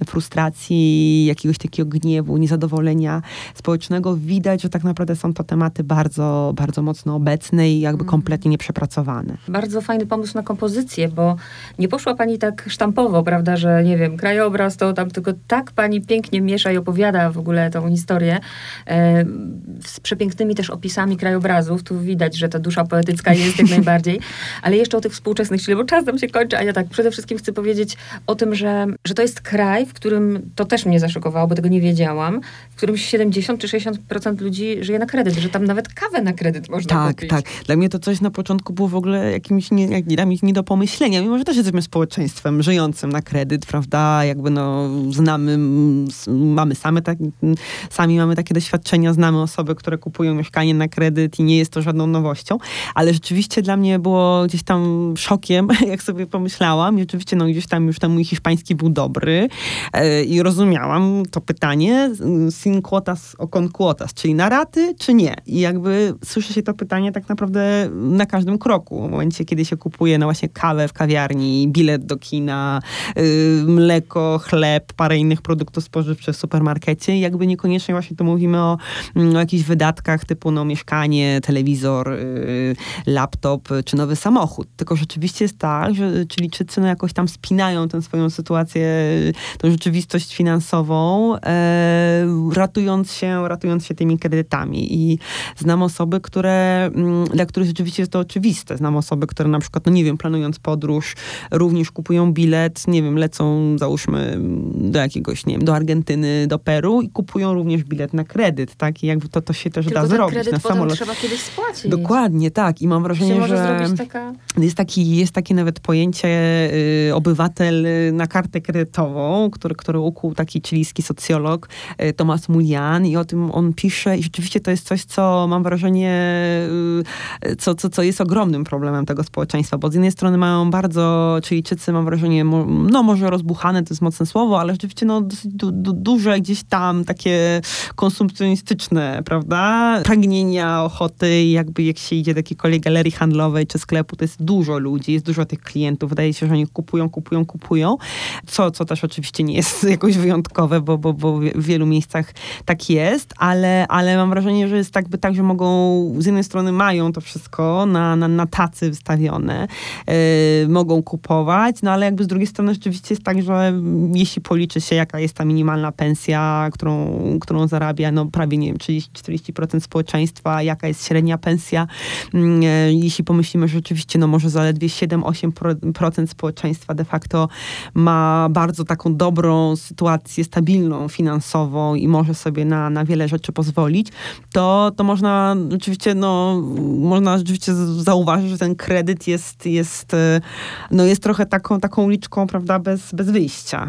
frustracji, jakiegoś takiego gniewu, niezadowolenia społecznego, widać, że tak naprawdę są to tematy bardzo, bardzo mocno obecne i jakby kompletnie nieprzepracowane. Bardzo fajny pomysł na kompozycję, bo nie poszła pani tak sztampowo, prawda, że nie wiem, krajobraz to tam, tylko tak pani pięknie miesza i opowiada w ogóle tą historię e, z przepięknymi też opisami krajobrazów. Tu widać, że ta dusza poetycka jest jak najbardziej. Ale jeszcze o tych współczesnych Chile, bo czas nam się kończy, a ja tak przede wszystkim chcę powiedzieć o tym, że, że to jest kraj, w którym, to też mnie zaszokowało, bo tego nie wiedziałam, w którym siedemdziesiąt czy sześćdziesiąt procent ludzi żyje na kredyt, że tam nawet kawę na kredyt można tak, kupić. Tak, tak. Dla mnie to coś na początku było w ogóle jakimś nie, jak, dla mnie nie do pomyślenia, mimo że też jesteśmy społeczeństwem żyjącym na kredyt, prawda, jakby no znamy, mamy same tak, sami mamy takie doświadczenia, znamy osoby, które kupują mieszkanie na kredyt i nie jest to żadną nowością, ale rzeczywiście dla mnie było gdzieś tam szokiem, jak sobie pomyślałam. I oczywiście no, gdzieś tam już ten mój hiszpański był dobry e, i rozumiałam to pytanie sin quotas o con quotas, czyli na raty, czy nie. I jakby słyszy się to pytanie tak naprawdę na każdym kroku. W momencie, kiedy się kupuje no właśnie kawę w kawiarni, bilet do kina, y, mleko, chleb, parę innych produktów spożywczych w supermarkecie. I jakby niekoniecznie właśnie to mówimy o, o jakichś wydatkach typu no mieszkanie, telewizor, y, laptop, czy nowy samochód. samochód. Tylko rzeczywiście jest tak, że Chilijczycy no jakoś tam spinają tę swoją sytuację, tą rzeczywistość finansową, e, ratując się, ratując się tymi kredytami. I znam osoby, które, dla których rzeczywiście jest to oczywiste. Znam osoby, które na przykład, no nie wiem, planując podróż, również kupują bilet, nie wiem, lecą, załóżmy, do jakiegoś, nie wiem, do Argentyny, do Peru i kupują również bilet na kredyt, tak? I jakby to, to się też Tylko da ten zrobić kredyt na potem samolot. trzeba kiedyś spłacić. Dokładnie, tak. I mam wrażenie, się może że zrobić taka... jest taki, jest takie nawet pojęcie y, obywatel na kartę kredytową, który, który ukuł taki chilijski socjolog y, Tomas Mulian i o tym on pisze i rzeczywiście to jest coś, co mam wrażenie, y, co, co, co jest ogromnym problemem tego społeczeństwa, bo z jednej strony mają bardzo, Chilijczycy mam wrażenie, mo, no może rozbuchane, to jest mocne słowo, ale rzeczywiście no dosyć du, du, duże gdzieś tam takie konsumpcjonistyczne, prawda, pragnienia, ochoty i jakby jak się idzie do jakiejkolwiek galerii handlowej czy sklepu, to jest dużo ludzi, jest dużo tych klientów, wydaje się, że oni kupują, kupują, kupują, co, co też oczywiście nie jest jakoś wyjątkowe, bo, bo, bo w wielu miejscach tak jest, ale, ale mam wrażenie, że jest tak, by tak, że mogą, z jednej strony mają to wszystko na, na, na tacy wystawione, yy, mogą kupować, no ale jakby z drugiej strony rzeczywiście jest tak, że jeśli policzy się, jaka jest ta minimalna pensja, którą, którą zarabia, no prawie, nie wiem, trzydzieści do czterdziestu procent społeczeństwa, jaka jest średnia pensja, yy, jeśli pomyślimy, że rzeczywiście, no może zaledwie siedem do ośmiu procent społeczeństwa de facto ma bardzo taką dobrą sytuację, stabilną finansową i może sobie na, na wiele rzeczy pozwolić, to, to można rzeczywiście, no, można rzeczywiście zauważyć, że ten kredyt jest, jest, no, jest trochę taką, taką uliczką, prawda, bez, bez wyjścia.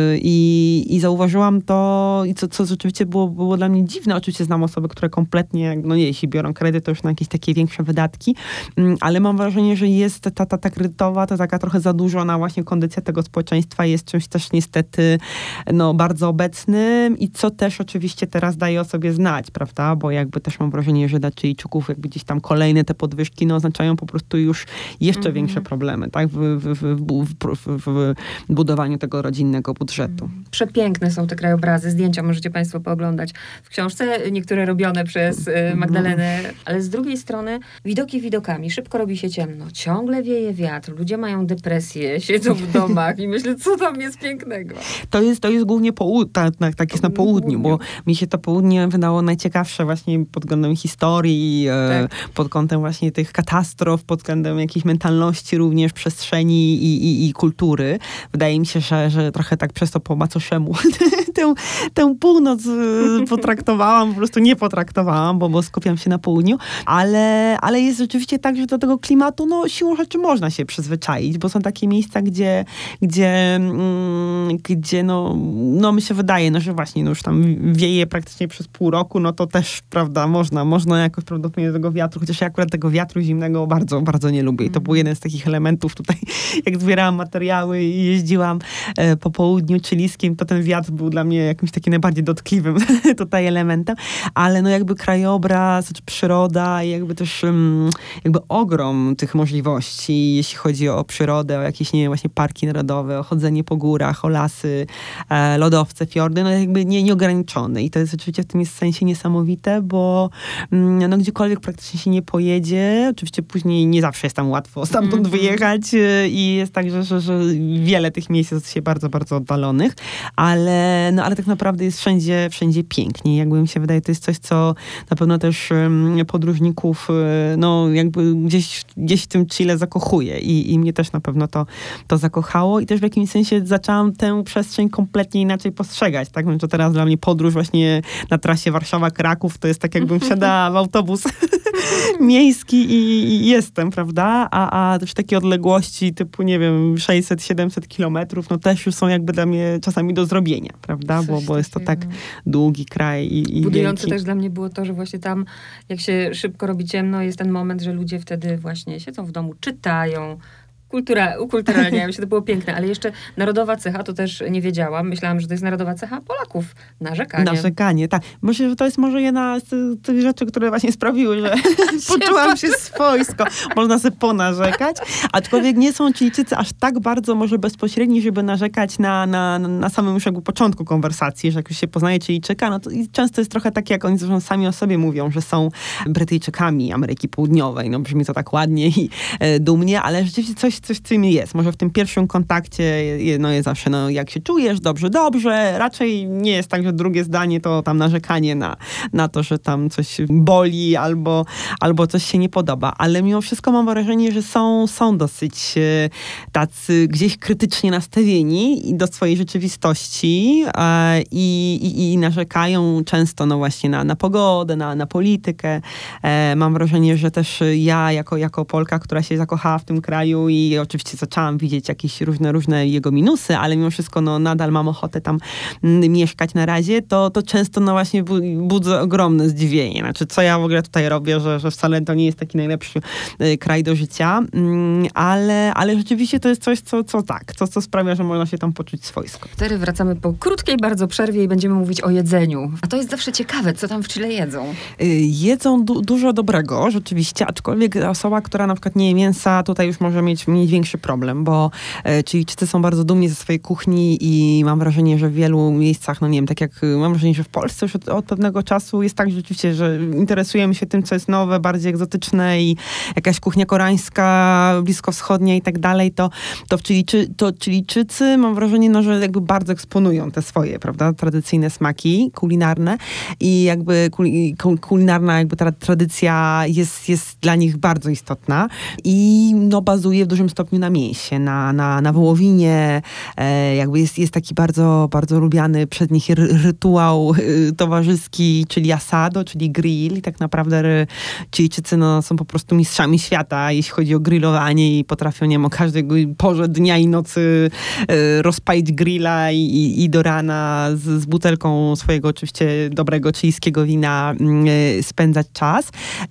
I, i zauważyłam to, i co, co rzeczywiście było, było dla mnie dziwne. Oczywiście znam osoby, które kompletnie, no nie, jeśli biorą kredyt, to już na jakieś takie większe wydatki, ale mam wrażenie, że jest ta, ta, ta kredytowa, to taka trochę zadłużona właśnie kondycja tego społeczeństwa jest czymś też niestety no, bardzo obecnym i co też oczywiście teraz daje o sobie znać, prawda, bo jakby też mam wrażenie, że dla Chilijczyków jakby gdzieś tam kolejne te podwyżki no, oznaczają po prostu już jeszcze mm-hmm. większe problemy, tak, w, w, w, w, w, w budowaniu tego rodzinnego budżetu. Przepiękne są te krajobrazy, zdjęcia możecie państwo pooglądać w książce, niektóre robione przez Magdalenę, ale z drugiej strony widoki widokami, szybko robi się ciemno, ciągle wieje wiatr, ludzie mają depresję, siedzą w domach i myślę, co tam jest pięknego. To jest, to jest głównie połud- tak, tak, tak jest na południu, bo mi się to południe wydało najciekawsze właśnie pod względem historii, tak. e, pod kątem właśnie tych katastrof, pod względem jakiejś mentalności również, przestrzeni i, i, i kultury. Wydaje mi się, że, że trochę tak przez to po macoszemu tę, tę północ potraktowałam, po prostu nie potraktowałam, bo, bo skupiam się na południu, ale, ale jest rzeczywiście tak, że do tego klimatu no siłą rzeczy można się przyzwyczaić, bo są takie miejsca, gdzie, gdzie, mm, gdzie no, no mi się wydaje, no, że właśnie no już tam wieje praktycznie przez pół roku, no to też, prawda, można, można jakoś prawdopodobnie tego wiatru, chociaż ja akurat tego wiatru zimnego bardzo, bardzo nie lubię. I to był jeden z takich elementów tutaj, jak zbierałam materiały i jeździłam e, po południu chilijskim, to ten wiatr był dla mnie jakimś takim najbardziej dotkliwym tutaj elementem, ale no jakby krajobraz, przyroda i jakby też um, jakby ogrom tych możliwości, jeśli chodzi o przyrodę, o jakieś, nie wiem, właśnie parki narodowe, o chodzenie po górach, o lasy, e, lodowce, fiordy, no jakby nie, nieograniczone. I to jest oczywiście w tym jest sensie niesamowite, bo mm, no gdziekolwiek praktycznie się nie pojedzie, oczywiście później nie zawsze jest tam łatwo stamtąd mm-hmm. wyjechać e, i jest tak, że, że, że wiele tych miejsc jest się bardzo, bardzo oddalonych, ale, no, ale tak naprawdę jest wszędzie, wszędzie pięknie. Jakby mi się wydaje, to jest coś, co na pewno też um, podróżników e, no jakby gdzieś, gdzieś w tym Chile zakochuje i, i mnie też na pewno to, to zakochało i też w jakimś sensie zaczęłam tę przestrzeń kompletnie inaczej postrzegać, tak? Więc to teraz dla mnie podróż właśnie na trasie Warszawa-Kraków to jest tak, jakbym wsiadała w autobus miejski i, i jestem, prawda? A, a też takie odległości typu, nie wiem, sześćset siedemset kilometrów, no też już są jakby dla mnie czasami do zrobienia, prawda? Bo, bo jest to tak długi kraj i, i budujące wielki. też dla mnie było to, że właśnie tam, jak się szybko robi ciemno, jest ten moment, że ludzie wtedy właśnie siedzą w domu, czytają, Kultura, ukulturalniają się, to było piękne, ale jeszcze narodowa cecha, to też nie wiedziałam. Myślałam, że to jest narodowa cecha Polaków. Narzekanie. Narzekanie, tak. Myślę, że to jest może jedna z tych rzeczy, które właśnie sprawiły, że poczułam się swojsko. Można sobie ponarzekać. Aczkolwiek nie są Chilijczycy aż tak bardzo może bezpośredni, żeby narzekać na, na, na samym już jakby początku konwersacji, że jak już się poznaje Chilijczyka, no to i często jest trochę tak, jak oni zresztą sami o sobie mówią, że są Brytyjczykami Ameryki Południowej. No brzmi to tak ładnie i e, dumnie, ale rzeczywiście coś, coś w tym jest. Może w tym pierwszym kontakcie je, no jest zawsze, no jak się czujesz, dobrze, dobrze. Raczej nie jest tak, że drugie zdanie to tam narzekanie na, na to, że tam coś boli albo, albo coś się nie podoba. Ale mimo wszystko mam wrażenie, że są, są dosyć e, tacy gdzieś krytycznie nastawieni do swojej rzeczywistości e, i, i, i narzekają często no właśnie na, na pogodę, na, na politykę. E, mam wrażenie, że też ja jako, jako Polka, która się zakochała w tym kraju i oczywiście zaczęłam widzieć jakieś różne, różne jego minusy, ale mimo wszystko no, nadal mam ochotę tam m, mieszkać na razie, to, to często no właśnie bu- budzę ogromne zdziwienie. Znaczy, co ja w ogóle tutaj robię, że, że wcale to nie jest taki najlepszy y, kraj do życia, mm, ale, ale rzeczywiście to jest coś, co, co tak, co, co sprawia, że można się tam poczuć swojsko. Teraz wracamy po krótkiej bardzo przerwie i będziemy mówić o jedzeniu. A to jest zawsze ciekawe, co tam w Chile jedzą. Y, jedzą du- dużo dobrego, rzeczywiście, aczkolwiek osoba, która na przykład nie je mięsa, tutaj już może mieć, mieć większy problem, bo y, Chilijczycy są bardzo dumni ze swojej kuchni i mam wrażenie, że w wielu miejscach, no nie wiem, tak jak mam wrażenie, że w Polsce już od, od pewnego czasu jest tak rzeczywiście, że interesujemy się tym, co jest nowe, bardziej egzotyczne i jakaś kuchnia koreańska, bliskowschodnia i tak dalej, to, to, w Chilijczy, to Chilijczycy mam wrażenie, no, że jakby bardzo eksponują te swoje, prawda, tradycyjne smaki kulinarne i jakby kul, kulinarna jakby ta tradycja jest, jest dla nich bardzo istotna i no, bazuje w dużym stopniu na mięsie, na, na, na wołowinie, e, jakby jest, jest taki bardzo, bardzo lubiany przez nich rytuał y, towarzyski, czyli asado, czyli grill i tak naprawdę Chilijczycy no, są po prostu mistrzami świata, jeśli chodzi o grillowanie i potrafią, nie wiem, o każdej porze dnia i nocy y, rozpalić grilla i, i, i do rana z, z butelką swojego oczywiście dobrego chilijskiego wina y, spędzać czas. Y,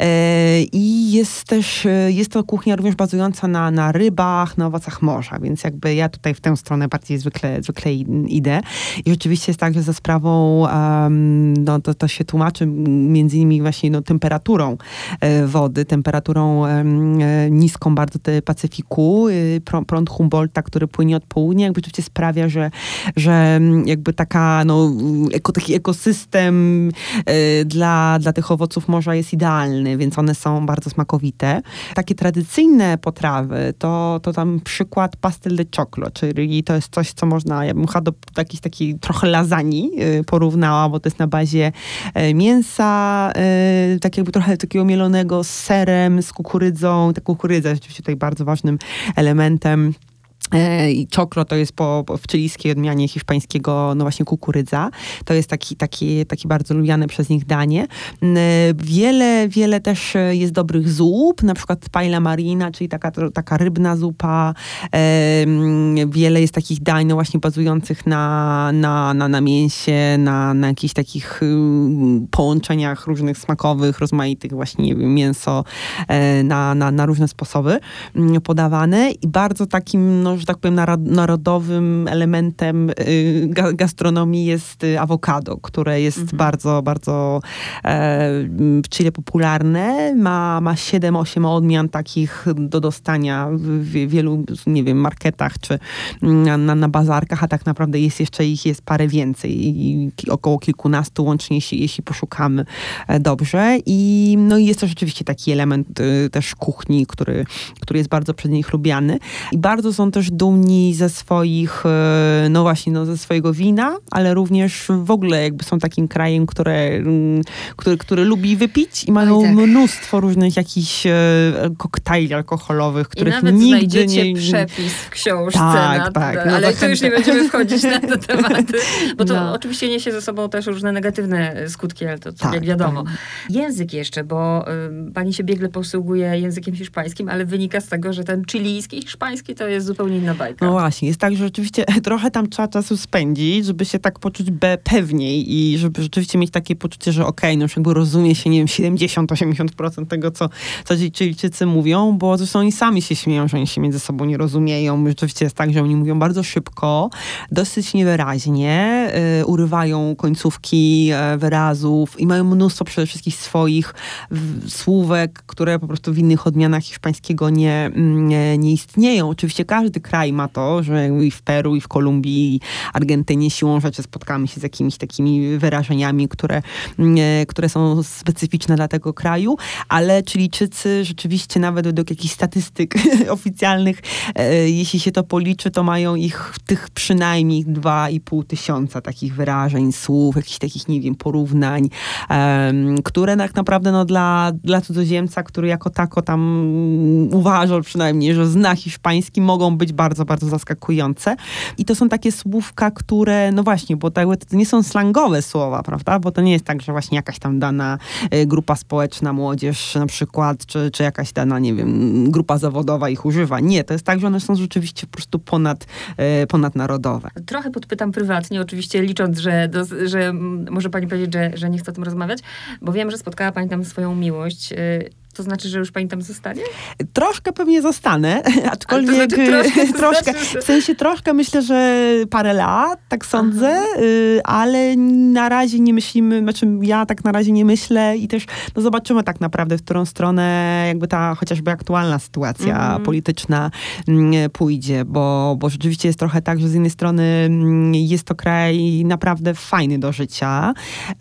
I jest też, y, jest to kuchnia również bazująca na, na rybach, na owocach morza, więc jakby ja tutaj w tę stronę bardziej zwykle, zwykle idę. I rzeczywiście jest tak, że za sprawą um, no, to, to się tłumaczy między innymi właśnie no, temperaturą e, wody, temperaturą e, niską bardzo te Pacyfiku, e, prąd Humboldta, który płynie od południa, jakby rzeczywiście sprawia, że, że jakby taka, no, eko, taki ekosystem e, dla, dla tych owoców morza jest idealny, więc one są bardzo smakowite. Takie tradycyjne potrawy, to, to tam przykład pastel de choclo, czyli to jest coś, co można, ja bym chyba do jakiejś takiej trochę lasagne y, porównała, bo to jest na bazie y, mięsa, y, tak jakby trochę takiego mielonego z serem, z kukurydzą. Ta kukurydza jest rzeczywiście tutaj bardzo ważnym elementem. I choclo to jest po, po, w chilijskiej odmianie hiszpańskiego, no właśnie kukurydza. To jest taki, taki, taki bardzo lubiane przez nich danie. Wiele, wiele też jest dobrych zup, na przykład paella marina, czyli taka, taka rybna zupa. Wiele jest takich dań, no właśnie bazujących na, na, na, na mięsie, na, na jakichś takich połączeniach różnych smakowych, rozmaitych właśnie, nie wiem, mięso na, na, na różne sposoby podawane i bardzo takim, no, że tak powiem, narodowym elementem y, gastronomii jest awokado, które jest mhm. bardzo, bardzo e, w Chile popularne. Ma, ma siedem osiem odmian takich do dostania w wielu, nie wiem, marketach czy na, na bazarkach, a tak naprawdę jest jeszcze ich jest parę więcej. I, i około kilkunastu łącznie, jeśli, jeśli poszukamy dobrze. I no i jest to rzeczywiście taki element y, też kuchni, który, który jest bardzo przez nich lubiany. I bardzo są też dumni ze swoich, no właśnie, no ze swojego wina, ale również w ogóle jakby są takim krajem, które, który, który lubi wypić i mają tak. mnóstwo różnych jakichś e, koktajli alkoholowych, których I nawet nigdy znajdziecie nie... przepis w książce. Tak, na, tak. No, no ale tu już nie będziemy wchodzić na te tematy, bo to no. oczywiście niesie ze sobą też różne negatywne skutki, ale to, to tak, jak wiadomo. tak. Język jeszcze, bo y, pani się biegle posługuje językiem hiszpańskim, ale wynika z tego, że ten chilijski hiszpański to jest zupełnie inna bajka. No właśnie, jest tak, że rzeczywiście trochę tam trzeba czasu spędzić, żeby się tak poczuć be- pewniej i żeby rzeczywiście mieć takie poczucie, że okej, okay, no już jakby rozumie się, nie wiem, siedemdziesiąt do osiemdziesięciu procent tego, co, co Chilijczycy mówią, bo zresztą oni sami się śmieją, że oni się między sobą nie rozumieją. Rzeczywiście jest tak, że oni mówią bardzo szybko, dosyć niewyraźnie, yy, urywają końcówki yy, wyrazów i mają mnóstwo przede wszystkim swoich w, słówek, które po prostu w innych odmianach hiszpańskiego nie, nie, nie istnieją. Oczywiście każdy kraj ma to, że i w Peru, i w Kolumbii, i Argentynie siłą rzeczy spotkamy się z jakimiś takimi wyrażeniami, które, nie, które są specyficzne dla tego kraju, ale Chilijczycy rzeczywiście nawet według jakichś statystyk oficjalnych, e, jeśli się to policzy, to mają ich tych przynajmniej dwa i pół tysiąca takich wyrażeń, słów, jakichś takich, nie wiem, porównań, e, które tak naprawdę no, dla, dla cudzoziemca, który jako tako tam uważa przynajmniej, że zna hiszpański, mogą być bardzo, bardzo zaskakujące. I to są takie słówka, które, no właśnie, bo to nie są slangowe słowa, prawda? Bo to nie jest tak, że właśnie jakaś tam dana grupa społeczna, młodzież na przykład, czy, czy jakaś dana, nie wiem, grupa zawodowa ich używa. Nie, to jest tak, że one są rzeczywiście po prostu ponad, ponadnarodowe. Trochę podpytam prywatnie, oczywiście licząc, że, do, że może pani powiedzieć, że, że nie chce o tym rozmawiać, bo wiem, że spotkała pani tam swoją miłość. To znaczy, że już pani tam zostanie? Troszkę pewnie zostanę, aczkolwiek to znaczy, troszkę, to troszkę znaczy, że... w sensie troszkę myślę, że parę lat, tak sądzę, y, ale na razie nie myślimy, znaczy ja tak na razie nie myślę i też no zobaczymy tak naprawdę, w którą stronę jakby ta chociażby aktualna sytuacja mm. polityczna y, pójdzie, bo, bo rzeczywiście jest trochę tak, że z jednej strony y, jest to kraj naprawdę fajny do życia y,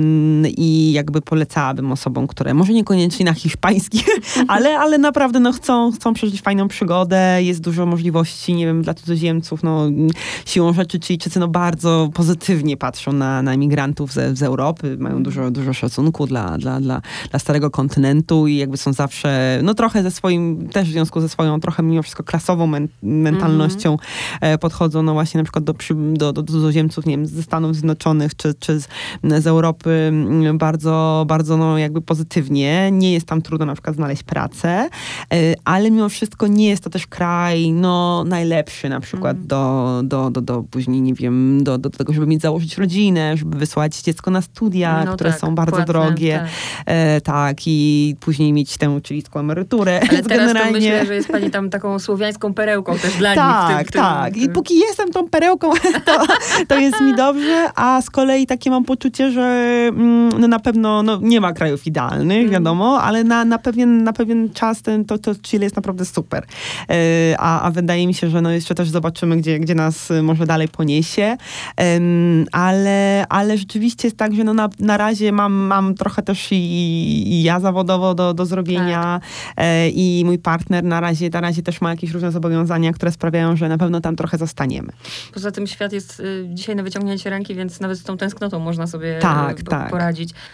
i jakby polecałabym osobom, które może niekoniecznie na hiszpański, ale, ale naprawdę no, chcą, chcą przeżyć fajną przygodę, jest dużo możliwości, nie wiem, dla cudzoziemców, no siłą rzeczy Chilijczycy no bardzo pozytywnie patrzą na, na emigrantów z, z Europy, mają dużo, dużo szacunku dla, dla, dla, dla starego kontynentu i jakby są zawsze, no trochę ze swoim, też w związku ze swoją trochę mimo wszystko klasową men, mentalnością mm-hmm. podchodzą no właśnie na przykład do, do, do cudzoziemców, nie wiem, ze Stanów Zjednoczonych czy, czy z, z Europy bardzo, bardzo no jakby pozytywnie. Nie jest tam trudno na przykład znaleźć pracę, ale mimo wszystko nie jest to też kraj no, najlepszy na przykład mm. do, do, do, do później, nie wiem, do, do tego, żeby mieć założyć rodzinę, żeby wysłać dziecko na studia, no które tak, są bardzo płatne, drogie. Tak. E, tak, i później mieć tę chilijską emeryturę. Ale teraz generalnie... to myślę, że jest pani tam taką słowiańską perełką też dla tak, nich. Tak, tak. I póki jestem tą perełką, to, to jest mi dobrze, a z kolei takie mam poczucie, że mm, no na pewno no, nie ma krajów idealnych, mm. wiadomo, ale na, na, pewien, na pewien czas ten, to, to Chile jest naprawdę super. Yy, a, a wydaje mi się, że no jeszcze też zobaczymy, gdzie, gdzie nas może dalej poniesie. Yy, ale, ale rzeczywiście jest tak, że no na, na razie mam, mam trochę też i, i ja zawodowo do, do zrobienia tak. yy, i mój partner na razie, na razie też ma jakieś różne zobowiązania, które sprawiają, że na pewno tam trochę zostaniemy. Poza tym świat jest y, dzisiaj na wyciągnięcie ręki, więc nawet z tą tęsknotą można sobie tak, y, tak. poradzić.